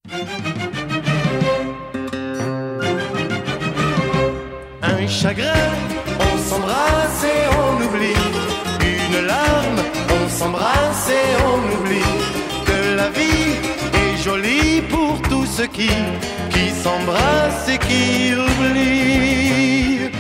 Un chagrin, on s'embrasse et on oublie. Une larme, on s'embrasse et on oublie. Que la vie est jolie pour tous ceux qui s'embrassent et qui oublient.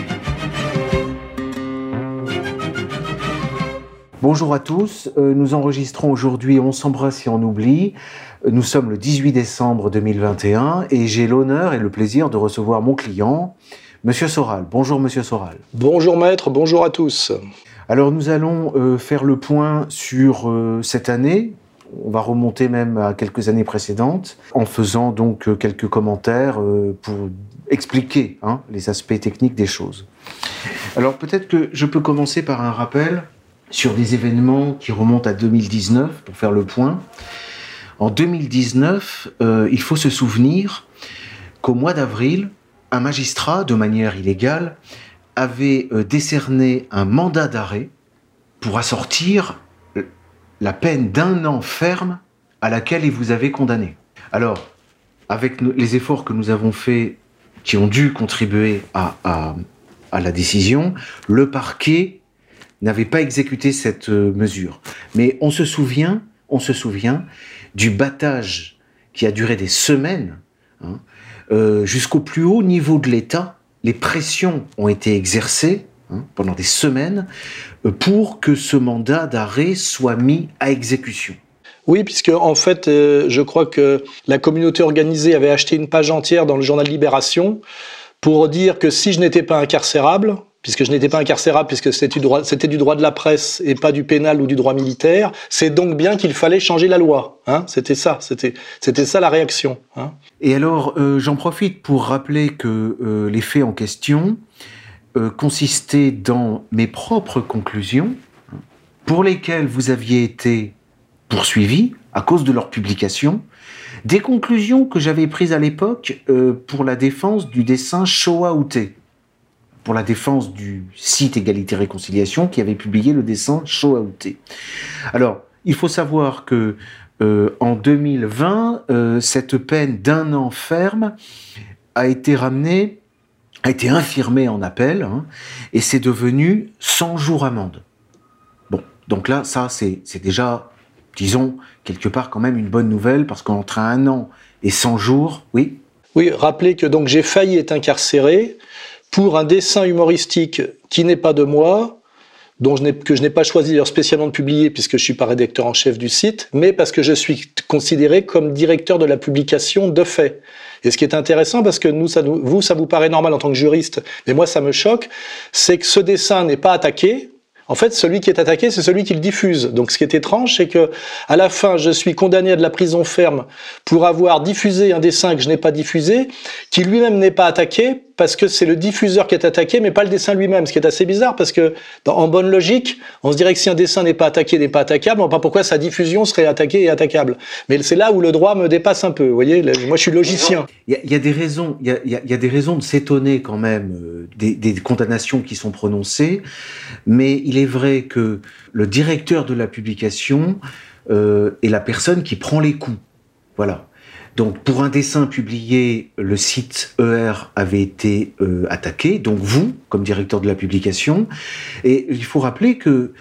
Bonjour à tous, nous enregistrons aujourd'hui On s'embrasse et on oublie. Nous sommes le 18 décembre 2021 et j'ai l'honneur et le plaisir de recevoir mon client, Monsieur Soral. Bonjour Monsieur Soral. Bonjour maître, bonjour à tous. Alors nous allons faire le point sur cette année. On va remonter même à quelques années précédentes en faisant donc quelques commentaires pour expliquer les aspects techniques des choses. Alors peut-être que je peux commencer par un rappel sur des événements qui remontent à 2019 pour faire le point. En 2019, il faut se souvenir qu'au mois d'avril, un magistrat, de manière illégale, avait décerné un mandat d'arrêt pour assortir la peine d'1 an ferme à laquelle il vous avait condamné. Alors, avec les efforts que nous avons faits, qui ont dû contribuer à la décision, le parquet n'avait pas exécuté cette mesure. Mais on se souvient du battage qui a duré des semaines, jusqu'au plus haut niveau de l'État. Les pressions ont été exercées pendant des semaines pour que ce mandat d'arrêt soit mis à exécution. Oui, puisque en fait, je crois que la communauté organisée avait acheté une page entière dans le journal Libération pour dire que si je n'étais pas incarcérable, puisque c'était du droit de la presse et pas du pénal ou du droit militaire, c'est donc bien qu'il fallait changer la loi. C'était ça la réaction. Et alors, j'en profite pour rappeler que les faits en question consistaient dans mes propres conclusions, pour lesquelles vous aviez été poursuivi à cause de leur publication, des conclusions que j'avais prises à l'époque pour la défense du dessin Shoah Outé, pour la défense du site Égalité Réconciliation qui avait publié le dessin Shoah Outé. Alors, il faut savoir que en 2020, cette peine d'1 an ferme a été infirmée en appel, et c'est devenu 100 jours amende. Bon, donc là, ça c'est déjà, disons, quelque part quand même une bonne nouvelle, parce qu'entre 1 an et 100 jours, oui. Oui, rappelez que donc j'ai failli être incarcéré pour un dessin humoristique qui n'est pas de moi, que je n'ai pas choisi d'ailleurs spécialement de publier puisque je suis pas rédacteur en chef du site, mais parce que je suis considéré comme directeur de la publication de fait. Et ce qui est intéressant, parce que ça vous paraît normal en tant que juriste, mais moi ça me choque, c'est que ce dessin n'est pas attaqué. En fait, celui qui est attaqué, c'est celui qui le diffuse. Donc, ce qui est étrange, c'est que, à la fin, je suis condamné à de la prison ferme pour avoir diffusé un dessin que je n'ai pas diffusé, qui lui-même n'est pas attaqué, parce que c'est le diffuseur qui est attaqué, mais pas le dessin lui-même. Ce qui est assez bizarre, parce que, en bonne logique, on se dirait que si un dessin n'est pas attaqué, n'est pas attaquable, on ne voit pas pourquoi sa diffusion serait attaquée et attaquable. Mais c'est là où le droit me dépasse un peu. Vous voyez, moi, je suis logicien. Il y a des raisons, il y a des raisons de s'étonner quand même des condamnations qui sont prononcées, mais il est vrai que le directeur de la publication est la personne qui prend les coups. Voilà. Donc, pour un dessin publié, le site ER avait été attaqué, donc vous, comme directeur de la publication, et il faut rappeler que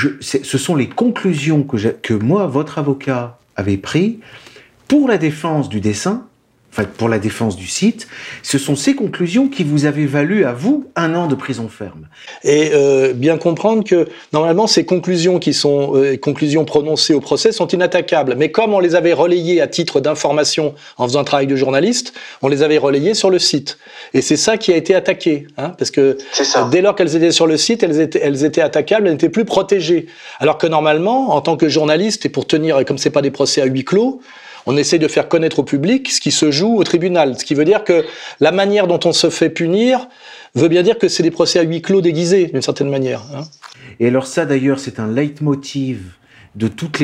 ce sont les conclusions que moi, votre avocat, avait prises pour la défense du dessin, enfin pour la défense du site. Ce sont ces conclusions qui vous avaient valu à vous 1 an de prison ferme. Et bien comprendre que normalement ces conclusions qui sont conclusions prononcées au procès sont inattaquables. Mais comme on les avait relayées à titre d'information en faisant un travail de journaliste, on les avait relayées sur le site. Et c'est ça qui a été attaqué, parce que dès lors qu'elles étaient sur le site, elles étaient attaquables, elles n'étaient plus protégées. Alors que normalement, en tant que journaliste, et pour tenir, comme c'est pas des procès à huis clos, on essaie de faire connaître au public ce qui se joue au tribunal. Ce qui veut dire que la manière dont on se fait punir veut bien dire que c'est des procès à huis clos déguisés, d'une certaine manière. Et alors ça, d'ailleurs, c'est un leitmotiv de toute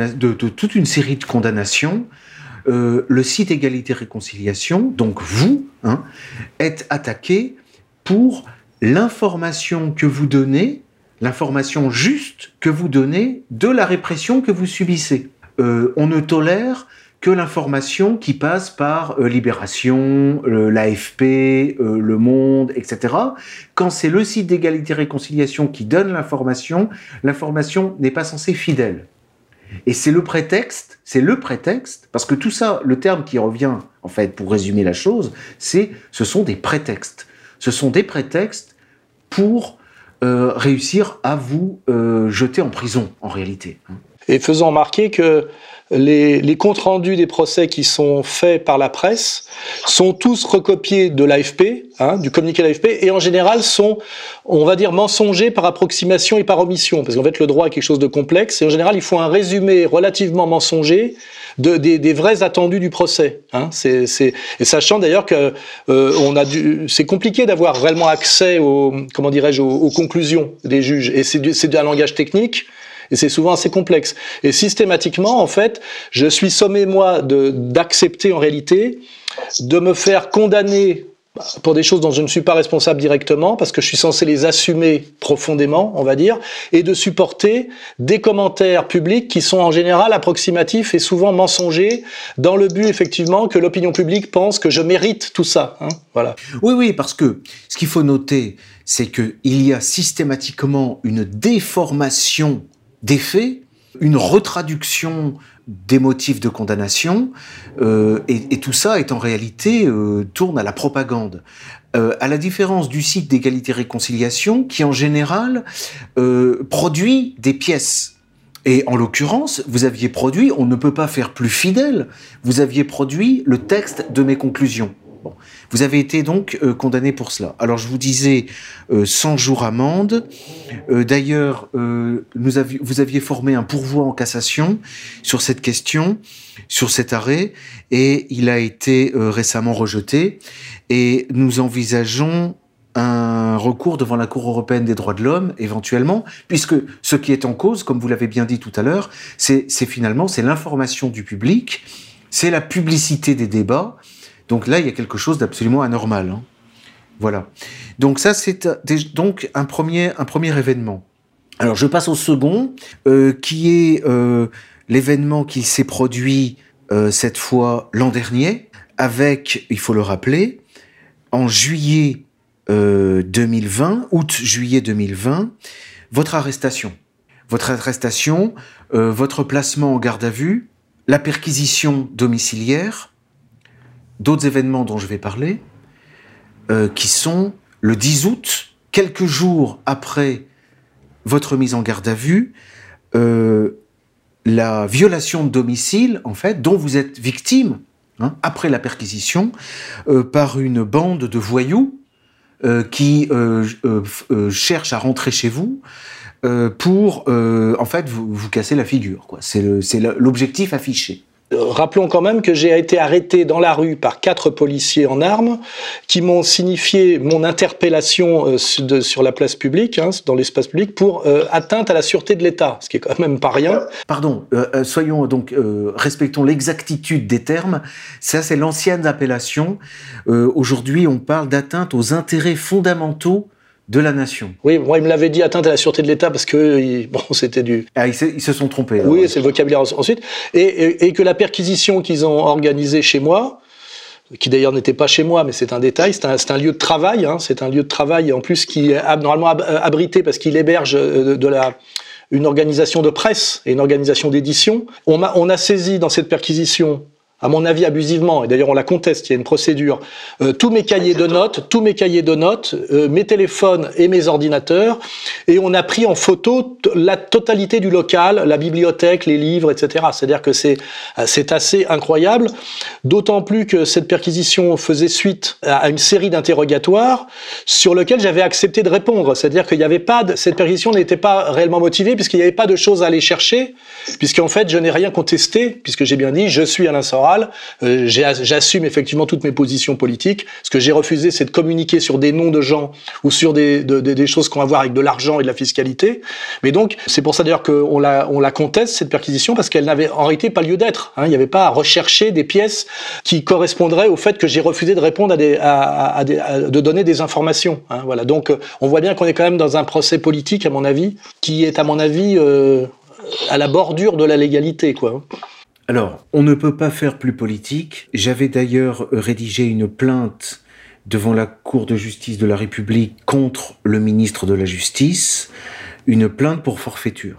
une série de condamnations. Le site Égalité Réconciliation, donc vous, êtes attaqué pour l'information que vous donnez, l'information juste que vous donnez de la répression que vous subissez. On ne tolère que l'information qui passe par Libération, l'AFP, Le Monde, etc. Quand c'est le site d'égalité et réconciliation qui donne l'information n'est pas censée fidèle. Et c'est le prétexte, parce que tout ça, le terme qui revient, en fait, pour résumer la chose, ce sont des prétextes. Ce sont des prétextes pour réussir à vous jeter en prison, en réalité. Et faisant remarquer que les comptes rendus des procès qui sont faits par la presse sont tous recopiés de l'AFP, du communiqué de l'AFP, et en général sont, on va dire, mensongers par approximation et par omission, parce qu'en fait le droit est quelque chose de complexe, et en général il faut un résumé relativement mensonger des vrais attendus du procès. Et sachant d'ailleurs que c'est compliqué d'avoir réellement accès aux conclusions des juges, et c'est un langage technique. Et c'est souvent assez complexe. Et systématiquement, en fait, je suis sommé, moi, d'accepter en réalité, de me faire condamner pour des choses dont je ne suis pas responsable directement, parce que je suis censé les assumer profondément, on va dire, et de supporter des commentaires publics qui sont en général approximatifs et souvent mensongers, dans le but, effectivement, que l'opinion publique pense que je mérite tout ça. Voilà. Oui, parce que ce qu'il faut noter, c'est qu'il y a systématiquement une déformation des faits, une retraduction des motifs de condamnation, et tout ça est en réalité tourne à la propagande. À la différence du site d'égalité et réconciliation, qui en général produit des pièces. Et en l'occurrence, vous aviez produit, on ne peut pas faire plus fidèle, vous aviez produit le texte de mes conclusions. Bon. Vous avez été donc condamné pour cela. Alors je vous disais 100 jours amende. D'ailleurs, vous aviez formé un pourvoi en cassation sur cette question, sur cet arrêt, et il a été récemment rejeté. Et nous envisageons un recours devant la Cour européenne des droits de l'homme, éventuellement, puisque ce qui est en cause, comme vous l'avez bien dit tout à l'heure, c'est l'information du public, c'est la publicité des débats. Donc là, il y a quelque chose d'absolument anormal. Voilà. Donc ça, c'est donc un premier événement. Alors, je passe au second, qui est l'événement qui s'est produit cette fois l'an dernier, avec, il faut le rappeler, en juillet 2020, août-juillet 2020, votre arrestation. Votre placement en garde à vue, la perquisition domiciliaire, d'autres événements dont je vais parler, qui sont le 10 août, quelques jours après votre mise en garde à vue, la violation de domicile, en fait, dont vous êtes victime, après la perquisition, par une bande de voyous qui cherchent à rentrer chez vous pour, en fait, vous casser la figure, quoi. C'est l'objectif affiché. Rappelons quand même que j'ai été arrêté dans la rue par 4 policiers en armes qui m'ont signifié mon interpellation sur la place publique, dans l'espace public, pour atteinte à la sûreté de l'État, ce qui est quand même pas rien. Pardon, respectons l'exactitude des termes. Ça, c'est l'ancienne appellation. Aujourd'hui, on parle d'atteinte aux intérêts fondamentaux de la nation. Oui, moi, il me l'avait dit, atteinte à la sûreté de l'État, parce que, c'était du... Ah, ils se sont trompés. Oui, ouais. C'est le vocabulaire ensuite. Et que la perquisition qu'ils ont organisée chez moi, qui d'ailleurs n'était pas chez moi, mais c'est un détail, c'est un lieu de travail, c'est un lieu de travail, en plus, qui est normalement abrité, parce qu'il héberge une organisation de presse et une organisation d'édition. On a saisi dans cette perquisition, à mon avis abusivement, et d'ailleurs on la conteste, il y a une procédure, tous mes cahiers de notes, mes téléphones et mes ordinateurs, et on a pris en photo la totalité du local, la bibliothèque, les livres, etc. C'est-à-dire que c'est assez incroyable, d'autant plus que cette perquisition faisait suite à une série d'interrogatoires sur lesquels j'avais accepté de répondre. C'est-à-dire qu'il n'y avait pas cette perquisition n'était pas réellement motivée, puisqu'il n'y avait pas de choses à aller chercher, puisqu'en fait je n'ai rien contesté, puisque j'ai bien dit je suis Alain Soral. J'assume effectivement toutes mes positions politiques. Ce que j'ai refusé, c'est de communiquer sur des noms de gens ou sur des choses qui ont à voir avec de l'argent et de la fiscalité. Mais donc, c'est pour ça d'ailleurs qu'on la conteste, cette perquisition, parce qu'elle n'avait en réalité pas lieu d'être. Il n'y avait pas à rechercher des pièces qui correspondraient au fait que j'ai refusé de répondre de donner des informations. Voilà. Donc, on voit bien qu'on est quand même dans un procès politique, à mon avis, qui est, à mon avis, à la bordure de la légalité, quoi. Alors, on ne peut pas faire plus politique. J'avais d'ailleurs rédigé une plainte devant la Cour de justice de la République contre le ministre de la Justice, une plainte pour forfaiture.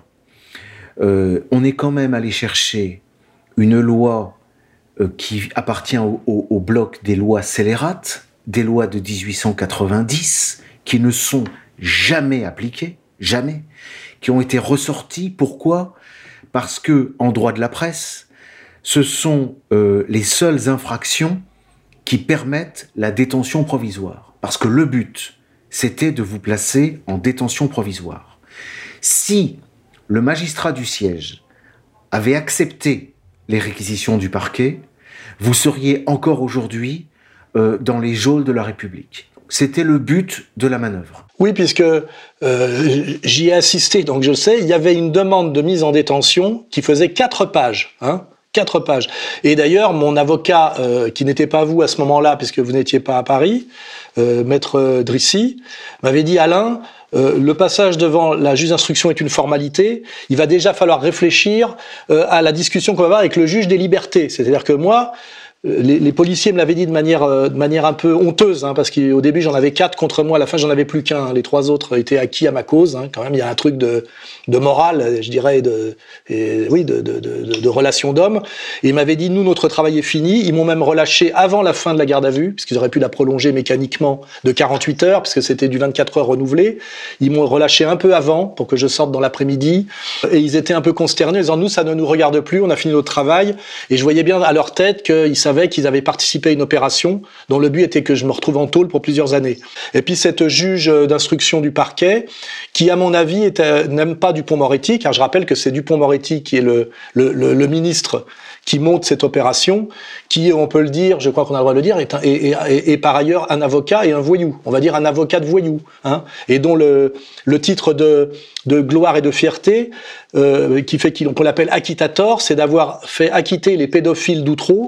On est quand même allé chercher une loi qui appartient au bloc des lois scélérates, des lois de 1890, qui ne sont jamais appliquées, jamais, qui ont été ressorties. Pourquoi ? Parce que, en droit de la presse, ce sont les seules infractions qui permettent la détention provisoire. Parce que le but, c'était de vous placer en détention provisoire. Si le magistrat du siège avait accepté les réquisitions du parquet, vous seriez encore aujourd'hui dans les geôles de la République. C'était le but de la manœuvre. Oui, puisque j'y ai assisté, donc je sais, il y avait une demande de mise en détention qui faisait 4 pages, 4 pages. Et d'ailleurs, mon avocat, qui n'était pas vous à ce moment-là, puisque vous n'étiez pas à Paris, Maître Drissy, m'avait dit « Alain, le passage devant la juge d'instruction est une formalité, il va déjà falloir réfléchir à la discussion qu'on va avoir avec le juge des libertés. » C'est-à-dire que moi, les policiers me l'avaient dit de manière un peu honteuse, parce qu'au début j'en avais 4 contre moi, à la fin j'en avais plus qu'un. Les 3 autres étaient acquis à ma cause. Quand même, il y a un truc de morale, je dirais, de relation d'homme. Et ils m'avaient dit, nous, notre travail est fini. Ils m'ont même relâché avant la fin de la garde à vue, puisqu'ils auraient pu la prolonger mécaniquement de 48 heures, puisque c'était du 24 heures renouvelé. Ils m'ont relâché un peu avant, pour que je sorte dans l'après-midi. Et ils étaient un peu consternés, en disant, nous, ça ne nous regarde plus, on a fini notre travail. Et je voyais bien à leur tête qu'ils savaient qu'ils avaient participé à une opération dont le but était que je me retrouve en tôle pour plusieurs années. Et puis cette juge d'instruction du parquet, qui à mon avis n'aime pas Dupond-Moretti, car je rappelle que c'est Dupond-Moretti qui est le ministre qui monte cette opération, qui, on peut le dire, je crois qu'on a le droit de le dire, est par ailleurs un avocat et un voyou. On va dire un avocat de voyou, et dont le titre de gloire et de fierté, qui fait qu'on l'appelle acquittator, c'est d'avoir fait acquitter les pédophiles d'Outreau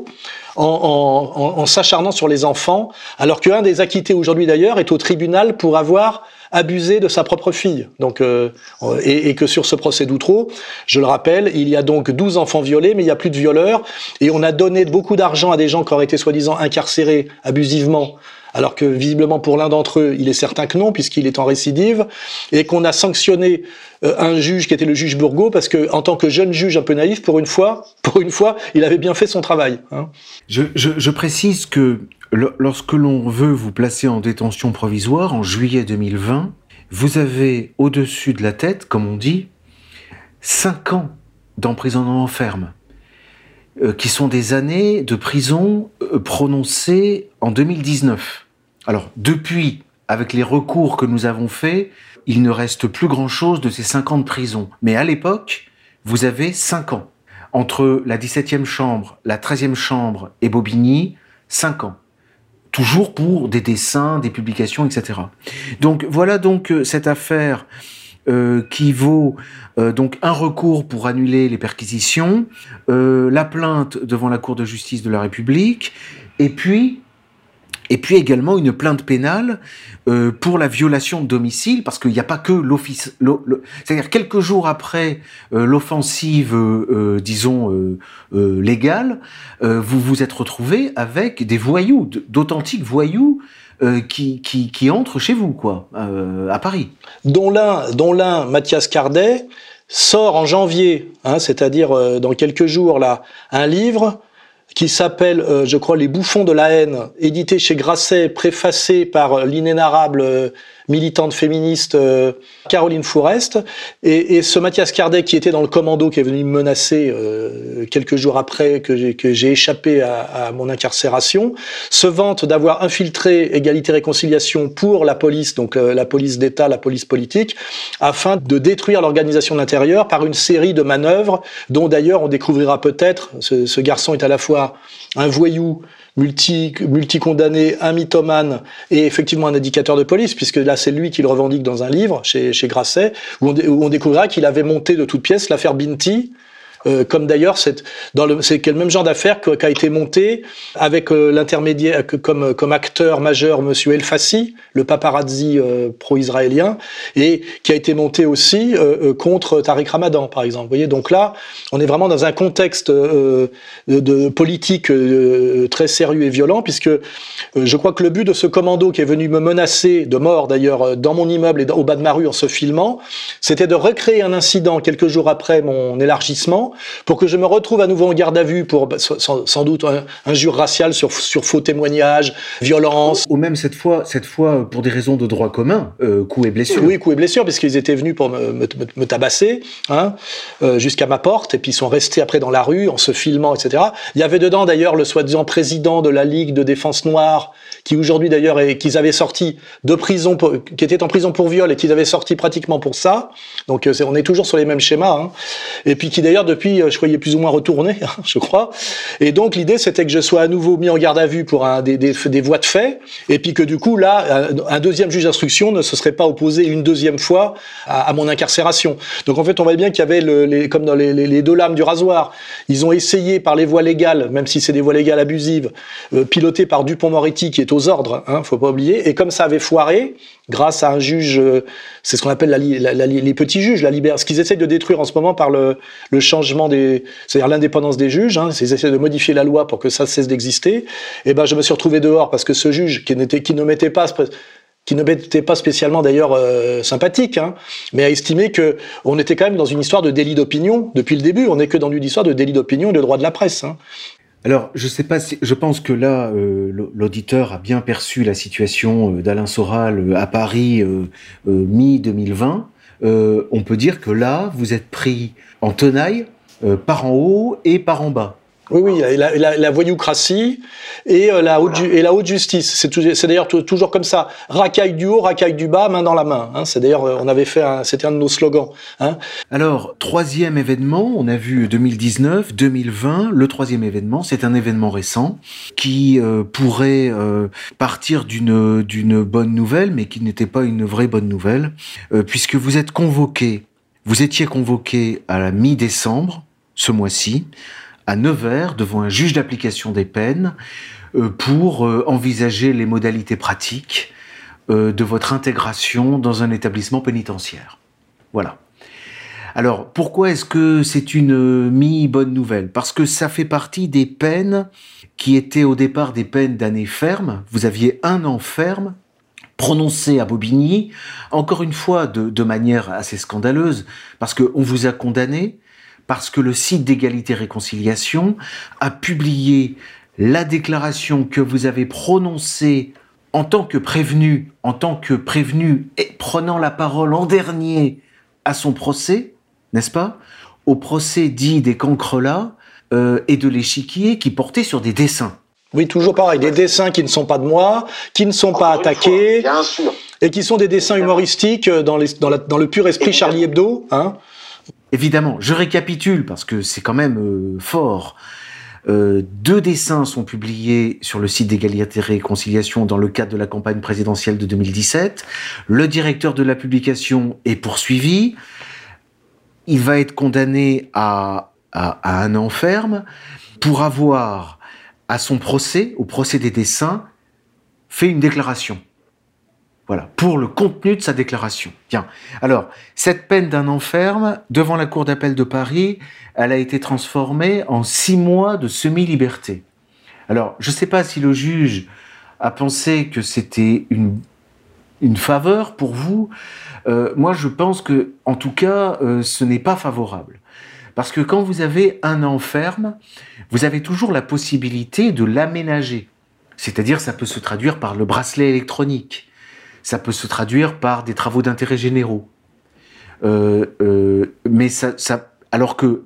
en s'acharnant sur les enfants, alors qu'un des acquittés aujourd'hui d'ailleurs est au tribunal pour avoir abusé de sa propre fille. Donc, et que sur ce procès d'Outreau, je le rappelle, il y a donc 12 enfants violés, mais il n'y a plus de violeurs, et on a donné beaucoup d'argent à des gens qui auraient été soi-disant incarcérés abusivement, alors que visiblement pour l'un d'entre eux, il est certain que non, puisqu'il est en récidive, et qu'on a sanctionné un juge qui était le juge Burgot, parce que en tant que jeune juge un peu naïf, pour une fois, il avait bien fait son travail. Je précise que lorsque l'on veut vous placer en détention provisoire, en juillet 2020, vous avez au-dessus de la tête, comme on dit, 5 ans d'emprisonnement ferme, qui sont des années de prison prononcées en 2019. Alors, depuis, avec les recours que nous avons faits, il ne reste plus grand-chose de ces 5 ans de prison. Mais à l'époque, vous avez 5 ans. Entre la 17e chambre, la 13e chambre et Bobigny, 5 ans. Toujours pour des dessins, des publications, etc. Donc voilà donc cette affaire qui vaut donc un recours pour annuler les perquisitions, la plainte devant la Cour de justice de la République, et puis également une plainte pénale pour la violation de domicile, parce qu'il n'y a pas que l'office... c'est-à-dire quelques jours après l'offensive, légale, vous vous êtes retrouvé avec des voyous, d'authentiques voyous, qui entrent chez vous, quoi, à Paris. Dont l'un, Mathias Cardet, sort en janvier, c'est-à-dire dans quelques jours, là, un livre qui s'appelle, je crois, Les bouffons de la haine, édité chez Grasset, préfacé par l'inénarrable militante féministe Caroline Fourest. Et ce Mathias Cardet, qui était dans le commando, qui est venu me menacer quelques jours après que j'ai échappé à mon incarcération, se vante d'avoir infiltré Égalité-Réconciliation pour la police, donc la police d'État, la police politique, afin de détruire l'organisation de l'intérieur par une série de manœuvres, dont d'ailleurs on découvrira peut-être, ce garçon est à la fois un voyou, multi-condamné, un mythomane et effectivement un indicateur de police, puisque là c'est lui qui le revendique dans un livre chez Grasset, où on découvrira qu'il avait monté de toutes pièces l'affaire Binti, comme d'ailleurs c'est le même genre d'affaire qu'a été monté avec l'intermédiaire comme acteur majeur Monsieur El Fassi, le paparazzi pro-israélien, et qui a été monté aussi contre Tariq Ramadan, par exemple. Vous voyez, donc là, on est vraiment dans un contexte de politique très sérieux et violent, puisque je crois que le but de ce commando qui est venu me menacer de mort, d'ailleurs, dans mon immeuble et au bas de ma rue en se filmant, c'était de recréer un incident quelques jours après mon élargissement, pour que je me retrouve à nouveau en garde à vue pour sans doute injure raciale sur faux témoignages, violence. Ou même cette fois pour des raisons de droit commun, coups et blessures. Oui, coups et blessures, parce qu'ils étaient venus pour me tabasser, jusqu'à ma porte, et puis ils sont restés après dans la rue en se filmant, etc. Il y avait dedans d'ailleurs le soi-disant président de la Ligue de défense noire, qui aujourd'hui d'ailleurs qu'ils avaient sorti de prison, qui était en prison pour viol et qu'ils avaient sorti pratiquement pour ça. Donc on est toujours sur les mêmes schémas, et puis qui d'ailleurs depuis, je croyais plus ou moins retourné, je crois. Et donc l'idée c'était que je sois à nouveau mis en garde à vue pour des voies de fait, et puis que du coup là, un deuxième juge d'instruction ne se serait pas opposé une deuxième fois à mon incarcération. Donc en fait on voit bien qu'il y avait comme dans les deux lames du rasoir, ils ont essayé par les voies légales, même si c'est des voies légales abusives, pilotées par Dupond-Moretti qui est aux ordres, faut pas oublier, et comme ça avait foiré, grâce à un juge, c'est ce qu'on appelle les petits juges, ce qu'ils essayent de détruire en ce moment par le changement c'est-à-dire l'indépendance des juges, ils essaient de modifier la loi pour que ça cesse d'exister, et ben je me suis retrouvé dehors parce que ce juge qui ne m'était pas spécialement d'ailleurs sympathique, mais a estimé que on était quand même dans une histoire de délit d'opinion depuis le début. On n'est que dans une histoire de délit d'opinion et de droit de la presse. Alors, je pense que là, l'auditeur a bien perçu la situation d'Alain Soral à Paris mi-2020. On peut dire que là, vous êtes pris en tenaille par en haut et par en bas. Oui, la voyoucratie et la haute justice. C'est d'ailleurs toujours comme ça. Racaille du haut, racaille du bas, main dans la main. C'est d'ailleurs, c'était un de nos slogans. Alors, troisième événement, on a vu 2019, 2020. Le troisième événement, c'est un événement récent qui pourrait partir d'une bonne nouvelle, mais qui n'était pas une vraie bonne nouvelle, puisque vous étiez convoqué à la mi-décembre, ce mois-ci, à Nevers, devant un juge d'application des peines, pour envisager les modalités pratiques de votre intégration dans un établissement pénitentiaire. Voilà. Alors, pourquoi est-ce que c'est une mi-bonne nouvelle ? Parce que ça fait partie des peines qui étaient au départ des peines d'année ferme. Vous aviez 1 an ferme, prononcé à Bobigny, encore une fois de manière assez scandaleuse, parce qu'on vous a condamné, parce que le site d'égalité-réconciliation a publié la déclaration que vous avez prononcée en tant que prévenu et prenant la parole en dernier à son procès, n'est-ce pas ? Au procès dit des Cancrelats et de l'Échiquier qui portait sur des dessins. Oui, toujours pareil, des dessins qui ne sont pas de moi, qui ne sont pas attaqués, bien sûr, et qui sont des dessins humoristiques dans le pur esprit Charlie Hebdo, Évidemment, je récapitule parce que c'est quand même fort. 2 dessins sont publiés sur le site d'Égalité et Réconciliation dans le cadre de la campagne présidentielle de 2017. Le directeur de la publication est poursuivi. Il va être condamné à 1 an ferme pour avoir, à son procès, au procès des dessins, fait une déclaration. Voilà, pour le contenu de sa déclaration. Bien. Alors, cette peine d'1 an ferme, devant la Cour d'appel de Paris, elle a été transformée en 6 mois de semi-liberté. Alors, je ne sais pas si le juge a pensé que c'était une faveur pour vous. Moi, je pense que, en tout cas, ce n'est pas favorable. Parce que quand vous avez 1 an ferme, vous avez toujours la possibilité de l'aménager. C'est-à-dire, ça peut se traduire par le bracelet électronique. Ça peut se traduire par des travaux d'intérêt généraux. Mais alors que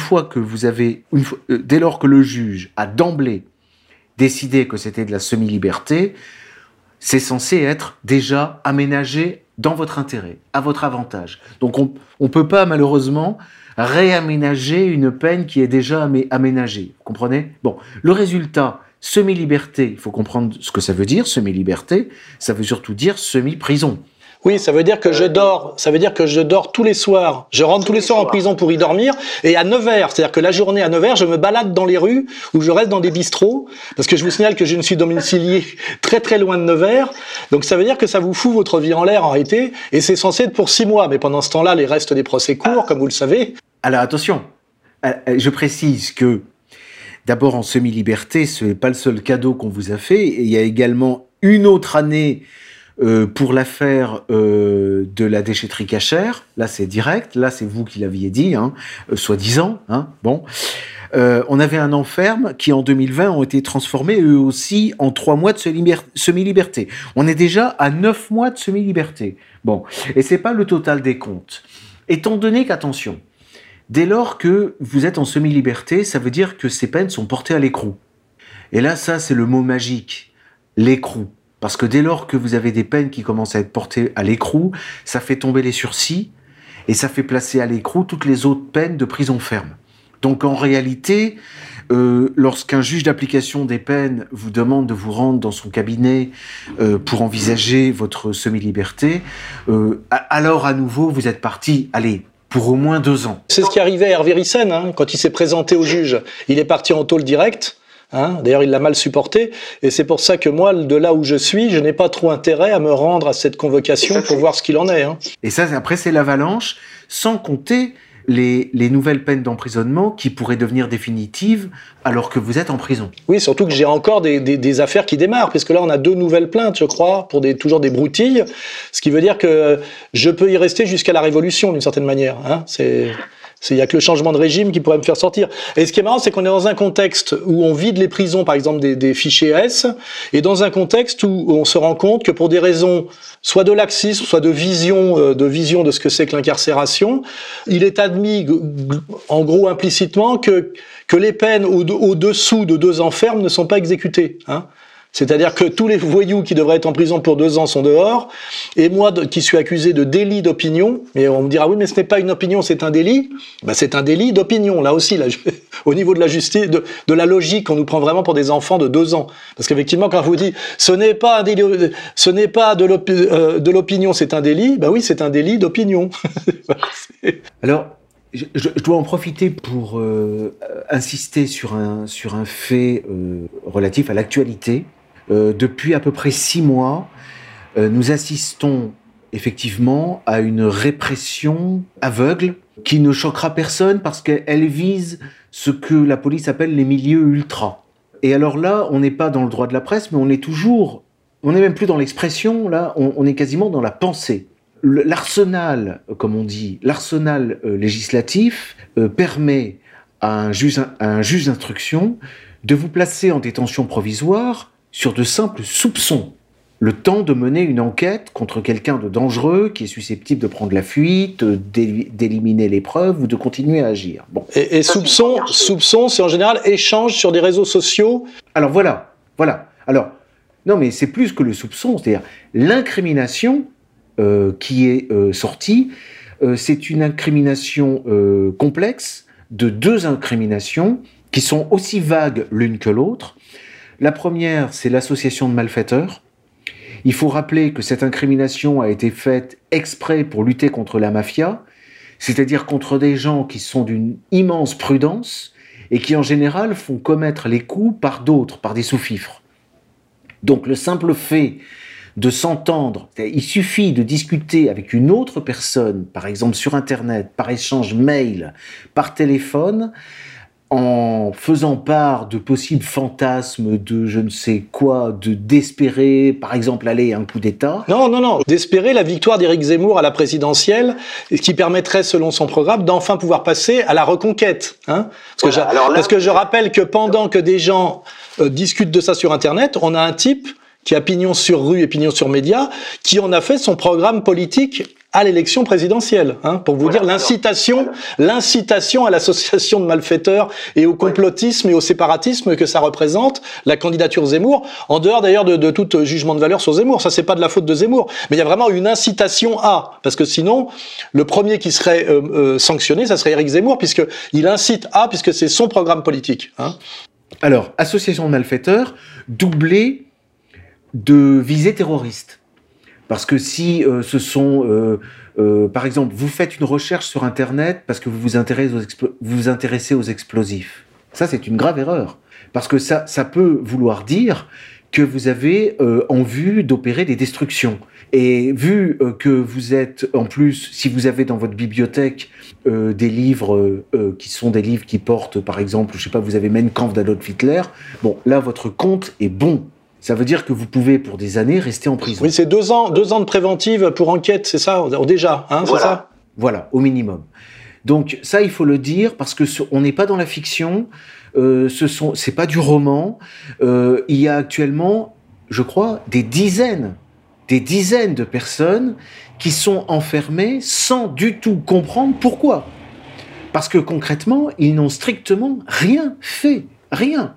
dès lors que le juge a d'emblée décidé que c'était de la semi-liberté, c'est censé être déjà aménagé dans votre intérêt, à votre avantage. Donc on peut pas malheureusement réaménager une peine qui est déjà aménagée. Vous comprenez ? Bon, le résultat, semi-liberté, il faut comprendre ce que ça veut dire, semi-liberté, ça veut surtout dire semi-prison. Oui, ça veut dire que je dors. Ça veut dire que je dors tous les soirs. Je rentre tous les soirs en prison pour y dormir. Et à 9h, c'est-à-dire que la journée à 9h, je me balade dans les rues ou je reste dans des bistrots. Parce que je vous signale que je ne suis domicilié très très loin de Nevers. Donc ça veut dire que ça vous fout votre vie en l'air en réalité. Et c'est censé être pour 6 mois. Mais pendant ce temps-là, les restes des procès courent, comme vous le savez. Alors attention, je précise que d'abord en semi-liberté, ce n'est pas le seul cadeau qu'on vous a fait. Il y a également une autre année pour l'affaire de la déchetterie cachère. Là, c'est direct. Là, c'est vous qui l'aviez dit, soi-disant. Bon. On avait un enferme qui, en 2020, ont été transformés, eux aussi, en 3 mois de semi-liberté. On est déjà à 9 mois de semi-liberté. Bon. Et c'est pas le total des comptes. Étant donné qu'attention, dès lors que vous êtes en semi-liberté, ça veut dire que ces peines sont portées à l'écrou. Et là, ça, c'est le mot magique. L'écrou. Parce que dès lors que vous avez des peines qui commencent à être portées à l'écrou, ça fait tomber les sursis et ça fait placer à l'écrou toutes les autres peines de prison ferme. Donc en réalité, lorsqu'un juge d'application des peines vous demande de vous rendre dans son cabinet pour envisager votre semi-liberté, alors à nouveau vous êtes parti, allez, pour au moins 2 ans. C'est ce qui arrivait à Hervé Ryssen, quand il s'est présenté au juge. Il est parti en tôle directe. D'ailleurs, il l'a mal supporté, et c'est pour ça que moi, de là où je suis, je n'ai pas trop intérêt à me rendre à cette convocation pour voir ce qu'il en est. Et ça, après, c'est l'avalanche, sans compter les nouvelles peines d'emprisonnement qui pourraient devenir définitives alors que vous êtes en prison. Oui, surtout que j'ai encore des affaires qui démarrent, puisque là, on a 2 nouvelles plaintes, je crois, pour toujours des broutilles, ce qui veut dire que je peux y rester jusqu'à la Révolution, d'une certaine manière. Il n'y a que le changement de régime qui pourrait me faire sortir. Et ce qui est marrant, c'est qu'on est dans un contexte où on vide les prisons, par exemple, des fichiers S, et dans un contexte où on se rend compte que pour des raisons soit de laxisme, soit de vision de ce que c'est que l'incarcération, il est admis, en gros implicitement, que les peines au-dessous de 2 ans ferme ne sont pas exécutées. C'est-à-dire que tous les voyous qui devraient être en prison pour 2 ans sont dehors, et moi qui suis accusé de délit d'opinion, et on me dira oui mais ce n'est pas une opinion, c'est un délit. C'est un délit d'opinion, là aussi, au niveau de la justice, de la logique, on nous prend vraiment pour des enfants de 2 ans. Parce qu'effectivement quand on vous dit ce n'est pas un délit, ce n'est pas de l'opinion, c'est un délit, oui c'est un délit d'opinion. Alors, je dois en profiter pour insister sur un fait relatif à l'actualité. Depuis à peu près 6 mois, nous assistons effectivement à une répression aveugle qui ne choquera personne parce qu'elle vise ce que la police appelle les milieux ultras. Et alors là, on n'est pas dans le droit de la presse, mais on n'est même plus dans l'expression, là, on est quasiment dans la pensée. L'arsenal, comme on dit, l'arsenal législatif permet à un juge d'instruction de vous placer en détention provisoire sur de simples soupçons. Le temps de mener une enquête contre quelqu'un de dangereux qui est susceptible de prendre la fuite, d'éliminer les preuves ou de continuer à agir. Bon. Et soupçon, c'est en général échange sur des réseaux sociaux. Alors voilà. Alors, non mais c'est plus que le soupçon, c'est-à-dire l'incrimination qui est sortie, c'est une incrimination complexe de 2 incriminations qui sont aussi vagues l'une que l'autre. La première, c'est l'association de malfaiteurs. Il faut rappeler que cette incrimination a été faite exprès pour lutter contre la mafia, c'est-à-dire contre des gens qui sont d'une immense prudence et qui en général font commettre les coups par d'autres, par des sous-fifres. Donc le simple fait de s'entendre, il suffit de discuter avec une autre personne, par exemple sur Internet, par échange mail, par téléphone, en faisant part de possibles fantasmes de je ne sais quoi, d'espérer, par exemple, aller à un coup d'État. Non, d'espérer la victoire d'Éric Zemmour à la présidentielle, qui permettrait, selon son programme, d'enfin pouvoir passer à la reconquête. Parce que je rappelle que pendant que des gens discutent de ça sur Internet, on a un type qui a pignon sur rue et pignon sur média, qui en a fait son programme politique à l'élection présidentielle, pour vous dire l'incitation à l'association de malfaiteurs et au complotisme et au séparatisme que ça représente, la candidature Zemmour, en dehors d'ailleurs de tout jugement de valeur sur Zemmour, ça c'est pas de la faute de Zemmour, mais il y a vraiment une incitation à, parce que sinon, le premier qui serait sanctionné, ça serait Éric Zemmour, puisqu'il incite à, puisque c'est son programme politique. Alors, association de malfaiteurs, doublée de visée terroriste. Parce que si par exemple, vous faites une recherche sur Internet parce que vous vous intéressez aux explosifs, ça c'est une grave erreur. Parce que ça peut vouloir dire que vous avez en vue d'opérer des destructions. Et vu que vous êtes, en plus, si vous avez dans votre bibliothèque des livres qui sont des livres qui portent, par exemple, je sais pas, vous avez Mein Kampf d'Adolf Hitler, bon, là, votre compte est bon. Ça veut dire que vous pouvez, pour des années, rester en prison. Oui, c'est 2 ans de préventive pour enquête, c'est ça, déjà, hein, voilà. C'est ça? Voilà, au minimum. Donc ça, il faut le dire, parce que on n'est pas dans la fiction, c'est pas du roman. Il y a actuellement, je crois, des dizaines de personnes qui sont enfermées sans du tout comprendre pourquoi. Parce que concrètement, ils n'ont strictement rien fait. Rien.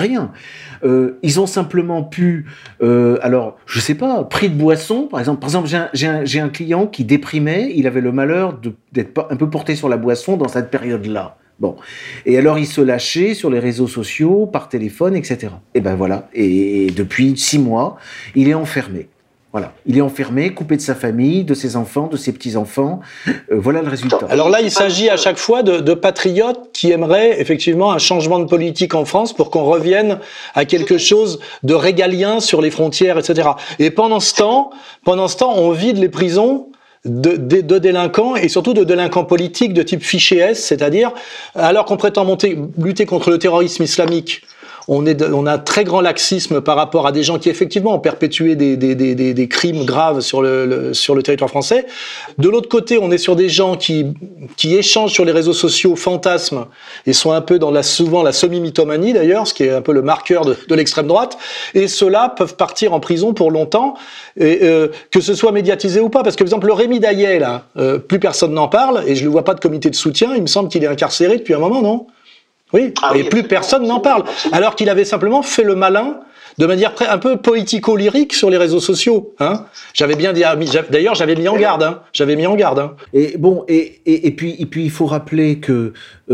Ils ont simplement pu, alors, je sais pas, prix de boisson, par exemple, j'ai un client qui déprimait, il avait le malheur d'être un peu porté sur la boisson dans cette période-là. Bon. Et alors, il se lâchait sur les réseaux sociaux, par téléphone, etc. Et ben voilà. Et depuis 6 mois, il est enfermé. Voilà. Il est enfermé, coupé de sa famille, de ses enfants, de ses petits-enfants. Voilà le résultat. Alors là, il s'agit à chaque fois de patriotes qui aimeraient effectivement un changement de politique en France pour qu'on revienne à quelque chose de régalien sur les frontières, etc. Et pendant ce temps, on vide les prisons de délinquants et surtout de délinquants politiques de type fichier S, c'est-à-dire, alors qu'on prétend lutter contre le terrorisme islamique, on a un très grand laxisme par rapport à des gens qui effectivement ont perpétué des crimes graves sur le territoire français. De l'autre côté, on est sur des gens qui échangent sur les réseaux sociaux, fantasment, et sont un peu souvent la semi-mythomanie d'ailleurs, ce qui est un peu le marqueur de l'extrême droite, et ceux-là peuvent partir en prison pour longtemps, et que ce soit médiatisé ou pas, parce que par exemple le Rémi Daillet, là, plus personne n'en parle, et je ne vois pas de comité de soutien, il me semble qu'il est incarcéré depuis un moment, non ? Oui, et plus personne n'en parle. Alors qu'il avait simplement fait le malin de manière un peu poético-lyrique sur les réseaux sociaux. Hein. D'ailleurs, j'avais mis en garde. Hein. Et bon, et puis il faut rappeler que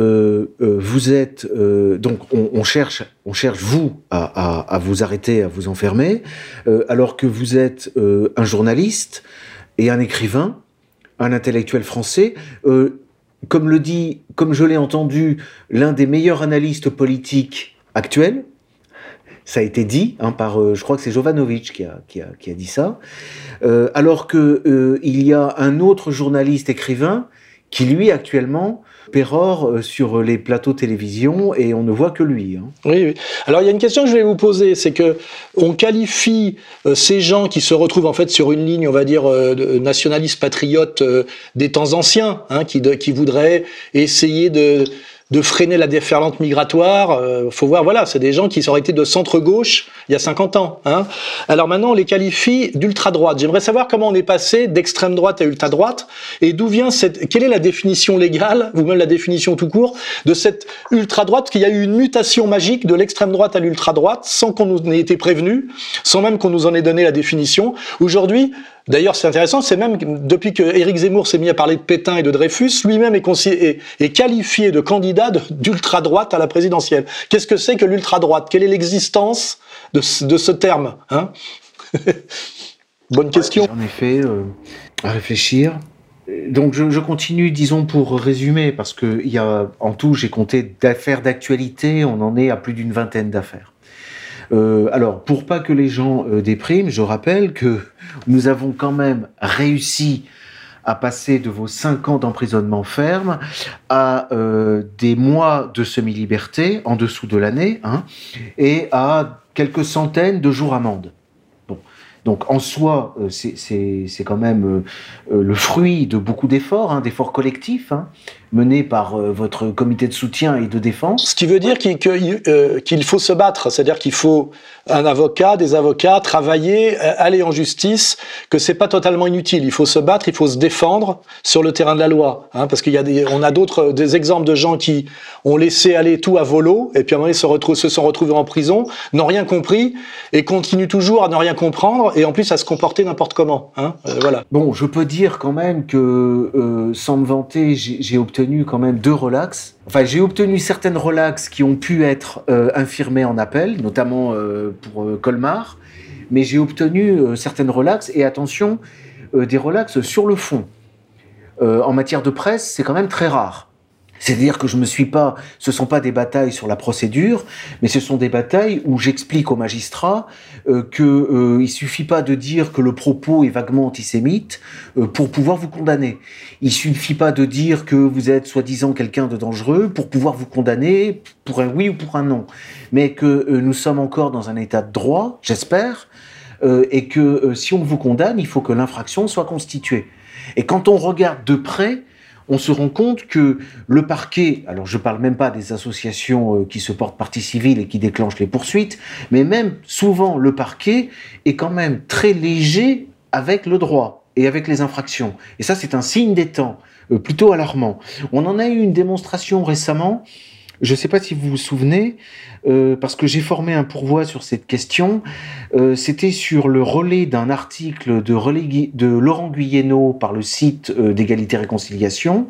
vous êtes donc on cherche vous à vous arrêter, à vous enfermer, alors que vous êtes un journaliste et un écrivain, un intellectuel français. Comme je l'ai entendu, l'un des meilleurs analystes politiques actuels, ça a été dit par, je crois que c'est Jovanovic qui a dit ça, alors que il y a un autre journaliste écrivain qui lui actuellement pérore sur les plateaux télévision et on ne voit que lui. Hein. Oui. Alors il y a une question que je vais vous poser, c'est que on qualifie ces gens qui se retrouvent en fait sur une ligne, on va dire nationaliste patriote des temps anciens, hein, qui voudraient essayer de freiner la déferlante migratoire. Faut voir, voilà, c'est des gens qui auraient été de centre-gauche il y a 50 ans. Hein. Alors maintenant, on les qualifie d'ultra-droite. J'aimerais savoir comment on est passé d'extrême droite à ultra-droite et d'où vient quelle est la définition légale, ou même la définition tout court, de cette ultra-droite, parce qu'il y a eu une mutation magique de l'extrême droite à l'ultra-droite sans qu'on nous ait été prévenu, sans même qu'on nous en ait donné la définition. Aujourd'hui, d'ailleurs, c'est intéressant, c'est même depuis que Éric Zemmour s'est mis à parler de Pétain et de Dreyfus, lui-même est qualifié de candidat d'ultra-droite à la présidentielle. Qu'est-ce que c'est que l'ultra-droite ? Quelle est l'existence de ce terme, hein? Bonne question. En effet, à réfléchir. Donc je continue, disons, pour résumer, parce que en tout, j'ai compté d'affaires d'actualité, on en est à plus d'une vingtaine d'affaires. Alors, pour pas que les gens dépriment, je rappelle que nous avons quand même réussi à passer de vos 5 ans d'emprisonnement ferme à des mois de semi-liberté en dessous de l'année, hein, et à quelques centaines de jours amende. Bon. Donc en soi, c'est quand même le fruit de beaucoup d'efforts, hein, d'efforts collectifs, hein, menés par votre comité de soutien et de défense. Ce qui veut dire qu'il faut se battre, c'est-à-dire qu'il faut un avocat, des avocats, travailler, aller en justice, que c'est pas totalement inutile. Il faut se battre, il faut se défendre sur le terrain de la loi, hein, parce on a des exemples de gens qui ont laissé aller tout à volo, et puis à un moment donné se sont retrouvés en prison, n'ont rien compris, et continuent toujours à ne rien comprendre, et en plus à se comporter n'importe comment. Hein, voilà. Bon, je peux dire quand même que, sans me vanter, j'ai obtenu quand même 2 relax. Enfin, j'ai obtenu certaines relax qui ont pu être infirmées en appel, notamment pour Colmar. mais j'ai obtenu certaines relaxes, et attention, des relaxes sur le fond. En matière de presse, c'est quand même très rare. C'est-à-dire que ce ne sont pas des batailles sur la procédure, mais ce sont des batailles où j'explique aux magistrats qu'il suffit pas de dire que le propos est vaguement antisémite pour pouvoir vous condamner. Il suffit pas de dire que vous êtes soi-disant quelqu'un de dangereux pour pouvoir vous condamner pour un oui ou pour un non. Mais que nous sommes encore dans un état de droit, j'espère, et que si on vous condamne, il faut que l'infraction soit constituée. Et quand on regarde de près, on se rend compte que le parquet, alors je ne parle même pas des associations qui se portent partie civile et qui déclenchent les poursuites, mais même souvent le parquet est quand même très léger avec le droit et avec les infractions. Et ça, c'est un signe des temps, plutôt alarmant. On en a eu une démonstration récemment, je ne sais pas si vous vous souvenez, parce que j'ai formé un pourvoi sur cette question, c'était sur le relais d'un article de Laurent Guyénot par le site d'Égalité et Réconciliation,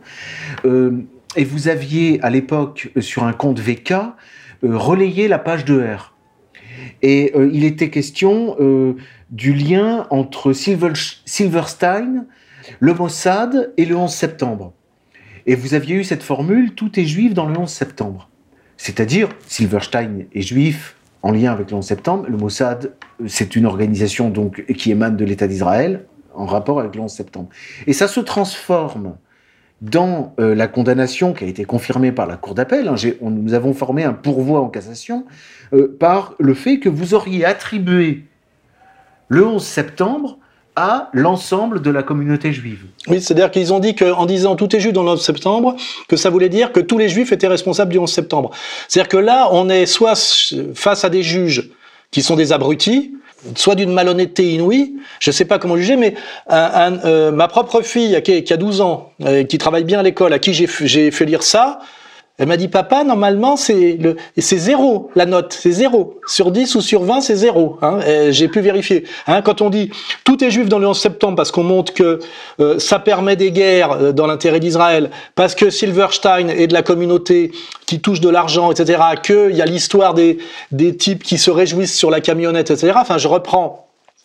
et vous aviez à l'époque sur un compte VK relayé la page de R. Et il était question du lien entre Silverstein, le Mossad et le 11 septembre. Et vous aviez eu cette formule, tout est juif dans le 11 septembre. C'est-à-dire, Silverstein est juif en lien avec le 11 septembre, le Mossad, c'est une organisation donc, qui émane de l'État d'Israël, en rapport avec le 11 septembre. Et ça se transforme dans la condamnation qui a été confirmée par la Cour d'appel. Nous avons formé un pourvoi en cassation par le fait que vous auriez attribué le 11 septembre à l'ensemble de la communauté juive. Oui, c'est-à-dire qu'ils ont dit qu'en disant tout est juif dans le 11 septembre, que ça voulait dire que tous les juifs étaient responsables du 11 septembre. C'est-à-dire que là, on est soit face à des juges qui sont des abrutis, soit d'une malhonnêteté inouïe, je ne sais pas comment juger, mais ma propre fille qui a 12 ans, qui travaille bien à l'école, à qui j'ai fait lire ça, elle m'a dit, papa, normalement, c'est 0, la note, c'est 0. Sur 10 ou sur 20, c'est 0. Hein, j'ai pu vérifier. Hein, quand on dit, tout est juif dans le 11 septembre parce qu'on montre que ça permet des guerres dans l'intérêt d'Israël, parce que Silverstein est de la communauté qui touche de l'argent, etc., qu'il y a l'histoire des types qui se réjouissent sur la camionnette, etc. Enfin, je reprends